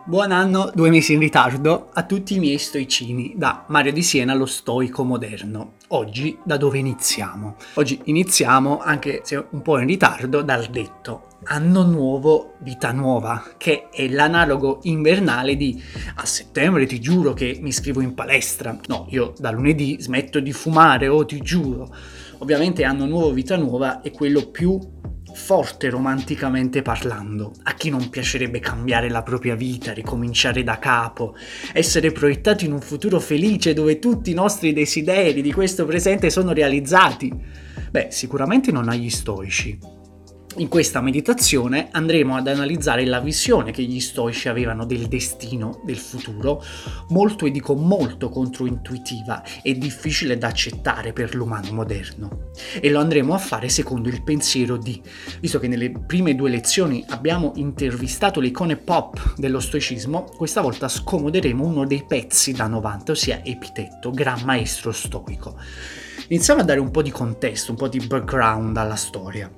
Buon anno, 2 mesi in ritardo, a tutti i miei stoicini, da Mario di Siena lo stoico moderno. Oggi da dove iniziamo? Oggi iniziamo, anche se un po' in ritardo, dal detto anno nuovo, vita nuova, che è l'analogo invernale di a settembre ti giuro che mi iscrivo in palestra. No, io da lunedì smetto di fumare, ti giuro. Ovviamente anno nuovo, vita nuova è quello più forte romanticamente parlando. A chi non piacerebbe cambiare la propria vita, ricominciare da capo, essere proiettati in un futuro felice dove tutti i nostri desideri di questo presente sono realizzati? Beh, sicuramente non agli stoici. In questa meditazione andremo ad analizzare la visione che gli stoici avevano del destino, del futuro, molto e dico molto controintuitiva e difficile da accettare per l'umano moderno. E lo andremo a fare secondo il pensiero di, visto che nelle prime 2 lezioni abbiamo intervistato le icone pop dello stoicismo, questa volta scomoderemo uno dei pezzi da 90, ossia Epitetto, gran maestro stoico. Iniziamo a dare un po' di contesto, un po' di background alla storia.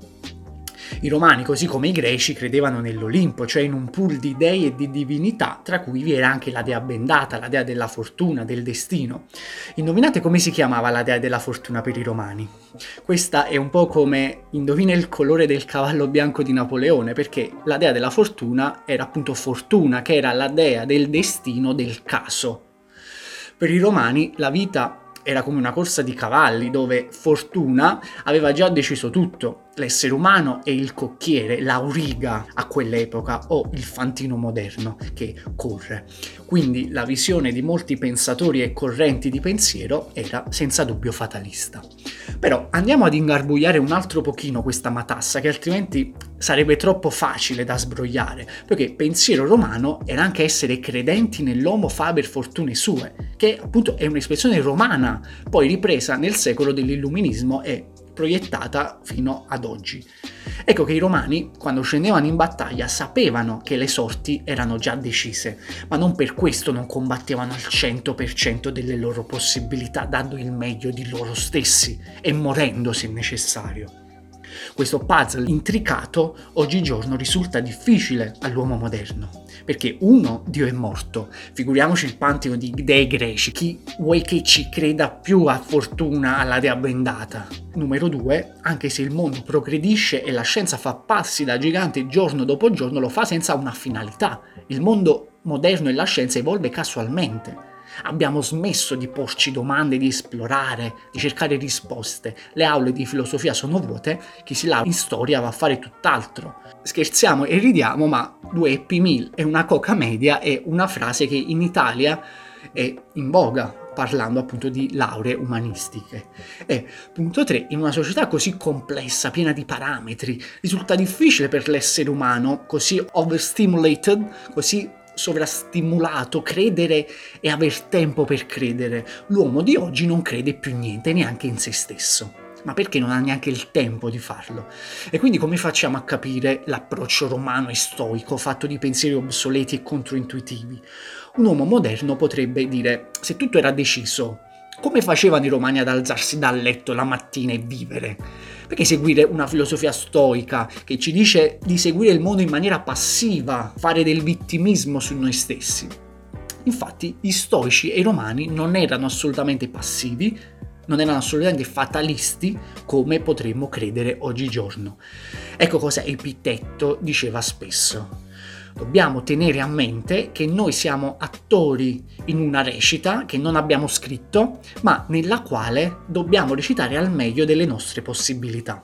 I romani, così come i greci, credevano nell'Olimpo, cioè in un pool di dei e di divinità, tra cui vi era anche la dea bendata, la dea della fortuna, del destino. Indovinate come si chiamava la dea della fortuna per i romani? Questa è un po' come indovina il colore del cavallo bianco di Napoleone, perché la dea della fortuna era appunto Fortuna, che era la dea del destino, del caso. Per i romani la vita era come una corsa di cavalli dove Fortuna aveva già deciso tutto. L'essere umano è il cocchiere, l'auriga a quell'epoca o il fantino moderno che corre. Quindi la visione di molti pensatori e correnti di pensiero era senza dubbio fatalista. Però andiamo ad ingarbugliare un altro pochino questa matassa che altrimenti sarebbe troppo facile da sbrogliare, perché pensiero romano era anche essere credenti nell'homo faber fortunae sue, che appunto è un'espressione romana, poi ripresa nel secolo dell'illuminismo e proiettata fino ad oggi. Ecco che i romani, quando scendevano in battaglia, sapevano che le sorti erano già decise, ma non per questo non combattevano al 100% delle loro possibilità, dando il meglio di loro stessi e morendo se necessario. Questo puzzle intricato oggigiorno risulta difficile all'uomo moderno, perché uno, Dio è morto, figuriamoci il pantheon di dei greci, chi vuoi che ci creda più a Fortuna, alla dea bendata? Numero 2, anche se il mondo progredisce e la scienza fa passi da gigante giorno dopo giorno, lo fa senza una finalità. Il mondo moderno e la scienza evolve casualmente. Abbiamo smesso di porci domande, di esplorare, di cercare risposte. Le aule di filosofia sono vuote, chi si laurea in storia va a fare tutt'altro. Scherziamo e ridiamo, ma 2 Happy Meal e una coca media è una frase che in Italia è in voga, parlando appunto di lauree umanistiche. E punto 3, in una società così complessa, piena di parametri, risulta difficile per l'essere umano, così overstimulated, così sovrastimolato, credere e aver tempo per credere. L'uomo di oggi non crede più niente, neanche in se stesso. Ma perché non ha neanche il tempo di farlo? E quindi come facciamo a capire l'approccio romano e stoico fatto di pensieri obsoleti e controintuitivi? Un uomo moderno potrebbe dire, se tutto era deciso, come facevano i romani ad alzarsi dal letto la mattina e vivere? Perché seguire una filosofia stoica che ci dice di seguire il mondo in maniera passiva, fare del vittimismo su noi stessi? Infatti, gli stoici e i romani non erano assolutamente passivi, non erano assolutamente fatalisti come potremmo credere oggigiorno. Ecco cosa Epitetto diceva spesso. Dobbiamo tenere a mente che noi siamo attori in una recita che non abbiamo scritto, ma nella quale dobbiamo recitare al meglio delle nostre possibilità.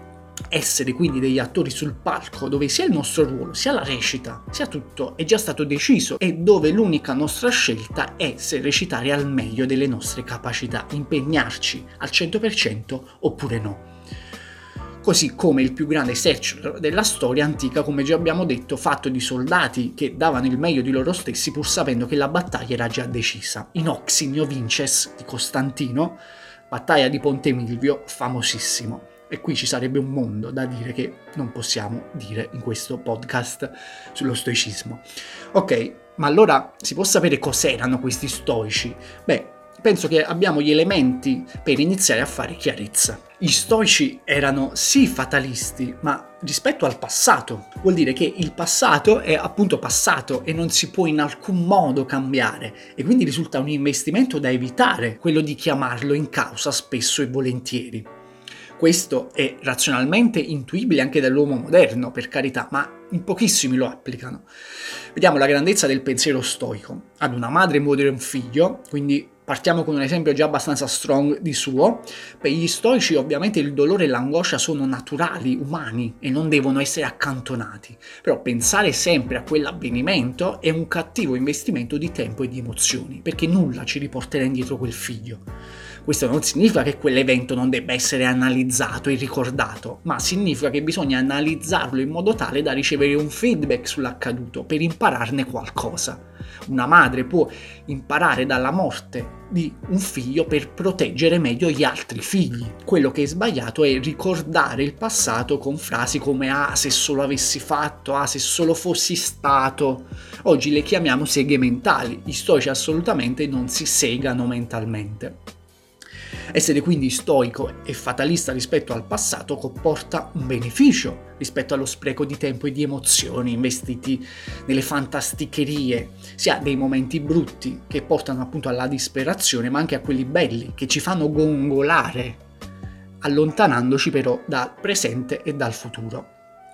Essere quindi degli attori sul palco dove sia il nostro ruolo, sia la recita, sia tutto è già stato deciso e dove l'unica nostra scelta è se recitare al meglio delle nostre capacità, impegnarci al 100% oppure no. Così come il più grande esercito della storia antica, come già abbiamo detto, fatto di soldati che davano il meglio di loro stessi pur sapendo che la battaglia era già decisa. In Oxinio Vinces di Costantino, battaglia di Ponte Milvio, famosissimo. E qui ci sarebbe un mondo da dire che non possiamo dire in questo podcast sullo stoicismo. Ok, ma allora si può sapere cos'erano questi stoici? Beh, penso che abbiamo gli elementi per iniziare a fare chiarezza. Gli stoici erano sì fatalisti, ma rispetto al passato. Vuol dire che il passato è appunto passato e non si può in alcun modo cambiare, e quindi risulta un investimento da evitare quello di chiamarlo in causa spesso e volentieri. Questo è razionalmente intuibile anche dall'uomo moderno, per carità, ma in pochissimi lo applicano. Vediamo la grandezza del pensiero stoico. Ad una madre muore un figlio, quindi partiamo con un esempio già abbastanza strong di suo. Per gli stoici ovviamente il dolore e l'angoscia sono naturali, umani e non devono essere accantonati. Però pensare sempre a quell'avvenimento è un cattivo investimento di tempo e di emozioni, perché nulla ci riporterà indietro quel figlio. Questo non significa che quell'evento non debba essere analizzato e ricordato, ma significa che bisogna analizzarlo in modo tale da ricevere un feedback sull'accaduto per impararne qualcosa. Una madre può imparare dalla morte di un figlio per proteggere meglio gli altri figli. Quello che è sbagliato è ricordare il passato con frasi come "ah, se solo avessi fatto", "ah, se solo fossi stato". Oggi le chiamiamo seghe mentali. Gli stoici assolutamente non si segano mentalmente. Essere quindi stoico e fatalista rispetto al passato comporta un beneficio rispetto allo spreco di tempo e di emozioni investiti nelle fantasticherie, sia dei momenti brutti che portano appunto alla disperazione, ma anche a quelli belli che ci fanno gongolare, allontanandoci però dal presente e dal futuro.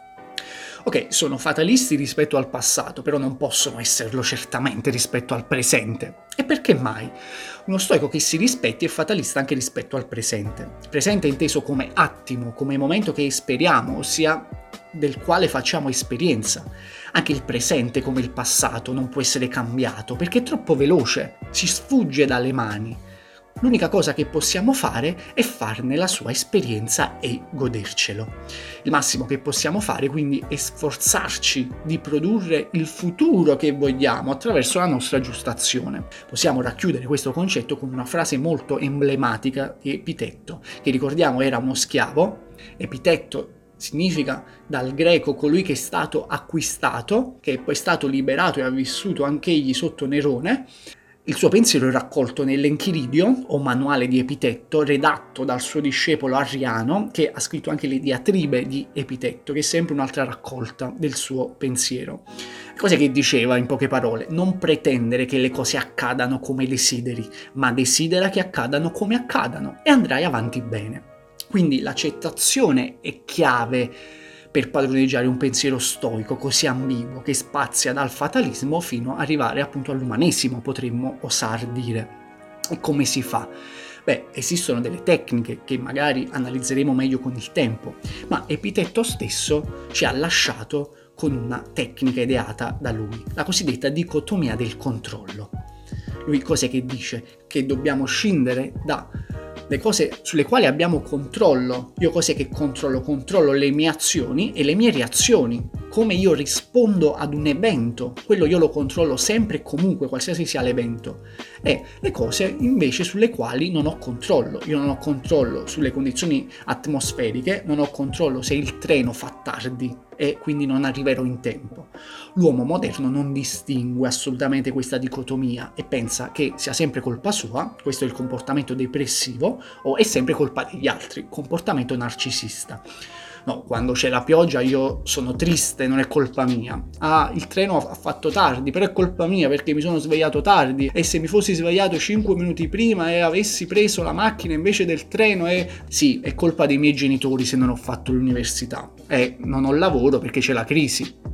Ok, sono fatalisti rispetto al passato, però non possono esserlo certamente rispetto al presente. E perché mai? Uno stoico che si rispetti è fatalista anche rispetto al presente. Presente inteso come attimo, come momento che esperiamo, ossia del quale facciamo esperienza. Anche il presente, come il passato, non può essere cambiato perché è troppo veloce, ci sfugge dalle mani. L'unica cosa che possiamo fare è farne la sua esperienza e godercelo. Il massimo che possiamo fare quindi è sforzarci di produrre il futuro che vogliamo attraverso la nostra giusta azione. Possiamo racchiudere questo concetto con una frase molto emblematica di Epitetto, che ricordiamo era uno schiavo. Epitetto significa dal greco colui che è stato acquistato, che è poi stato liberato e ha vissuto anch'egli sotto Nerone. Il suo pensiero è raccolto nell'Enchiridio, o manuale di Epitetto, redatto dal suo discepolo Arriano, che ha scritto anche le diatribe di Epitetto, che è sempre un'altra raccolta del suo pensiero. Cos'è che diceva in poche parole? Non pretendere che le cose accadano come desideri, ma desidera che accadano come accadano e andrai avanti bene. Quindi l'accettazione è chiave per padroneggiare un pensiero stoico così ambiguo che spazia dal fatalismo fino ad arrivare appunto all'umanesimo, potremmo osar dire. E come si fa? Beh, esistono delle tecniche che magari analizzeremo meglio con il tempo, ma Epitetto stesso ci ha lasciato con una tecnica ideata da lui, la cosiddetta dicotomia del controllo. Lui cos'è che dice? Che dobbiamo scindere da le cose sulle quali abbiamo controllo. Io cos'è che controllo? Controllo le mie azioni e le mie reazioni, come io rispondo ad un evento, quello io lo controllo sempre e comunque, qualsiasi sia l'evento. E le cose invece sulle quali non ho controllo. Io non ho controllo sulle condizioni atmosferiche, non ho controllo se il treno fa tardi e quindi non arriverò in tempo. L'uomo moderno non distingue assolutamente questa dicotomia e pensa che sia sempre colpa sua, questo è il comportamento depressivo, o è sempre colpa degli altri, comportamento narcisista. No, quando c'è la pioggia io sono triste, non è colpa mia. Ah, il treno ha fatto tardi, però è colpa mia perché mi sono svegliato tardi, e se mi fossi svegliato 5 minuti prima e avessi preso la macchina invece del treno, sì, è colpa dei miei genitori se non ho fatto l'università e non ho lavoro perché c'è la crisi.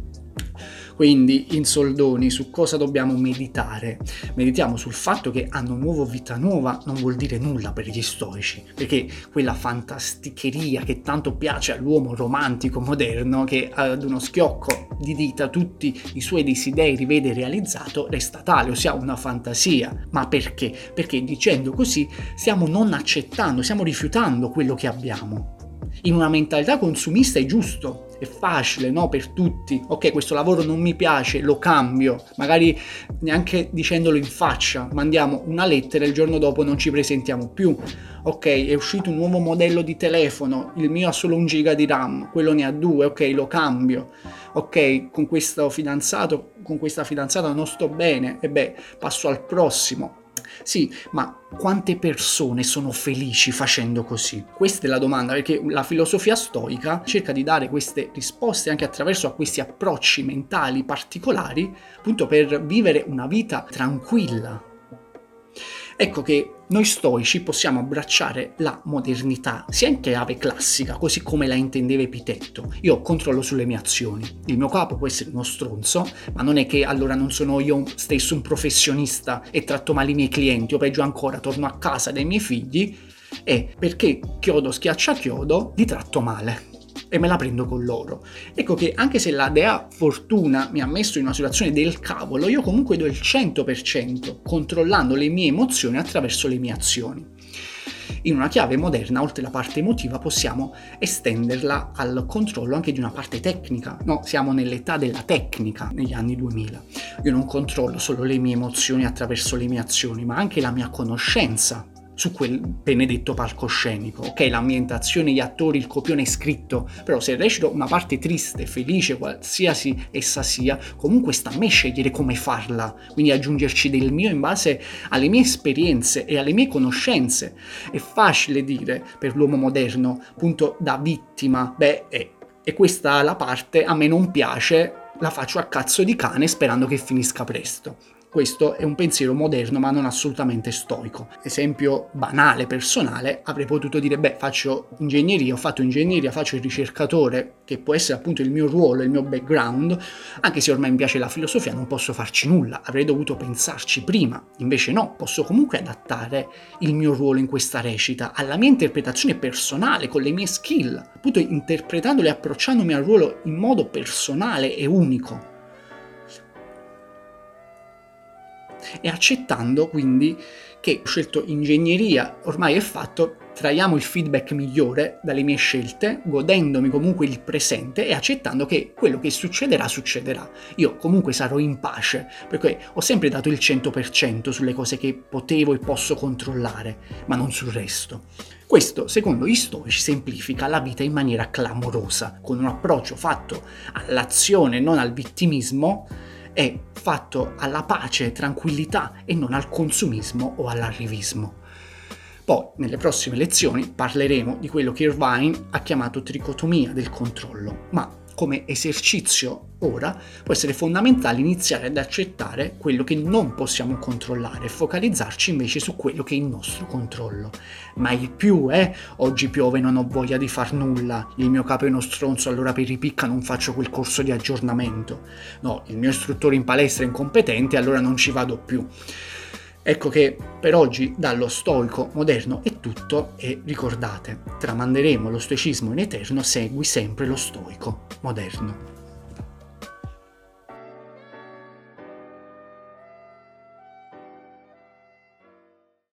Quindi, in soldoni, su cosa dobbiamo meditare? Meditiamo sul fatto che hanno nuovo vita nuova non vuol dire nulla per gli stoici, perché quella fantasticheria che tanto piace all'uomo romantico moderno, che ad uno schiocco di dita tutti i suoi desideri vede realizzato, resta tale, ossia una fantasia. Ma perché? Perché dicendo così stiamo non accettando, stiamo rifiutando quello che abbiamo. In una mentalità consumista è giusto, è facile, no? Per tutti. Ok, questo lavoro non mi piace, lo cambio, magari neanche dicendolo in faccia, mandiamo una lettera e il giorno dopo non ci presentiamo più. Ok, è uscito un nuovo modello di telefono, il mio ha solo 1 giga di RAM, quello ne ha 2, ok, lo cambio. Ok, con questo fidanzato, con questa fidanzata non sto bene, e beh, passo al prossimo. Sì, ma quante persone sono felici facendo così? Questa è la domanda, perché la filosofia stoica cerca di dare queste risposte anche attraverso questi approcci mentali particolari, appunto per vivere una vita tranquilla. Ecco che noi stoici possiamo abbracciare la modernità sia in chiave classica, così come la intendeva Epitetto. Io controllo sulle mie azioni. Il mio capo può essere uno stronzo, ma non è che allora non sono io stesso un professionista e tratto male i miei clienti, o peggio ancora, torno a casa dai miei figli e perché chiodo schiaccia chiodo, li tratto male e me la prendo con loro. Ecco che anche se la dea fortuna mi ha messo in una situazione del cavolo, io comunque do il 100% controllando le mie emozioni attraverso le mie azioni. In una chiave moderna, oltre la parte emotiva, possiamo estenderla al controllo anche di una parte tecnica. No, siamo nell'età della tecnica, negli anni 2000. Io non controllo solo le mie emozioni attraverso le mie azioni, ma anche la mia conoscenza su quel benedetto palcoscenico. Ok, l'ambientazione, gli attori, il copione è scritto, però se recito una parte triste, felice, qualsiasi essa sia, comunque sta a me scegliere come farla, quindi aggiungerci del mio in base alle mie esperienze e alle mie conoscenze. È facile dire per l'uomo moderno, appunto da vittima, e questa la parte a me non piace, la faccio a cazzo di cane sperando che finisca presto. Questo è un pensiero moderno ma non assolutamente stoico. Esempio banale, personale, avrei potuto dire faccio ingegneria, ho fatto ingegneria, faccio il ricercatore, che può essere appunto il mio ruolo, il mio background, anche se ormai mi piace la filosofia non posso farci nulla, avrei dovuto pensarci prima, invece no, posso comunque adattare il mio ruolo in questa recita alla mia interpretazione personale, con le mie skill, appunto interpretandole e approcciandomi al ruolo in modo personale e unico. E accettando quindi che ho scelto ingegneria, ormai è fatto, traiamo il feedback migliore dalle mie scelte, godendomi comunque il presente e accettando che quello che succederà, succederà. Io comunque sarò in pace, perché ho sempre dato il 100% sulle cose che potevo e posso controllare, ma non sul resto. Questo, secondo gli stoici, semplifica la vita in maniera clamorosa, con un approccio fatto all'azione, non al vittimismo, è fatto alla pace, tranquillità e non al consumismo o all'arrivismo. Poi, nelle prossime lezioni, parleremo di quello che Irvine ha chiamato tricotomia del controllo, ma come esercizio ora può essere fondamentale iniziare ad accettare quello che non possiamo controllare e focalizzarci invece su quello che è il nostro controllo. Mai più, oggi piove e non ho voglia di far nulla, il mio capo è uno stronzo, allora per ripicca non faccio quel corso di aggiornamento. No, il mio istruttore in palestra è incompetente, allora non ci vado più. Ecco che per oggi dallo stoico moderno è tutto e ricordate, tramanderemo lo stoicismo in eterno, segui sempre lo stoico moderno.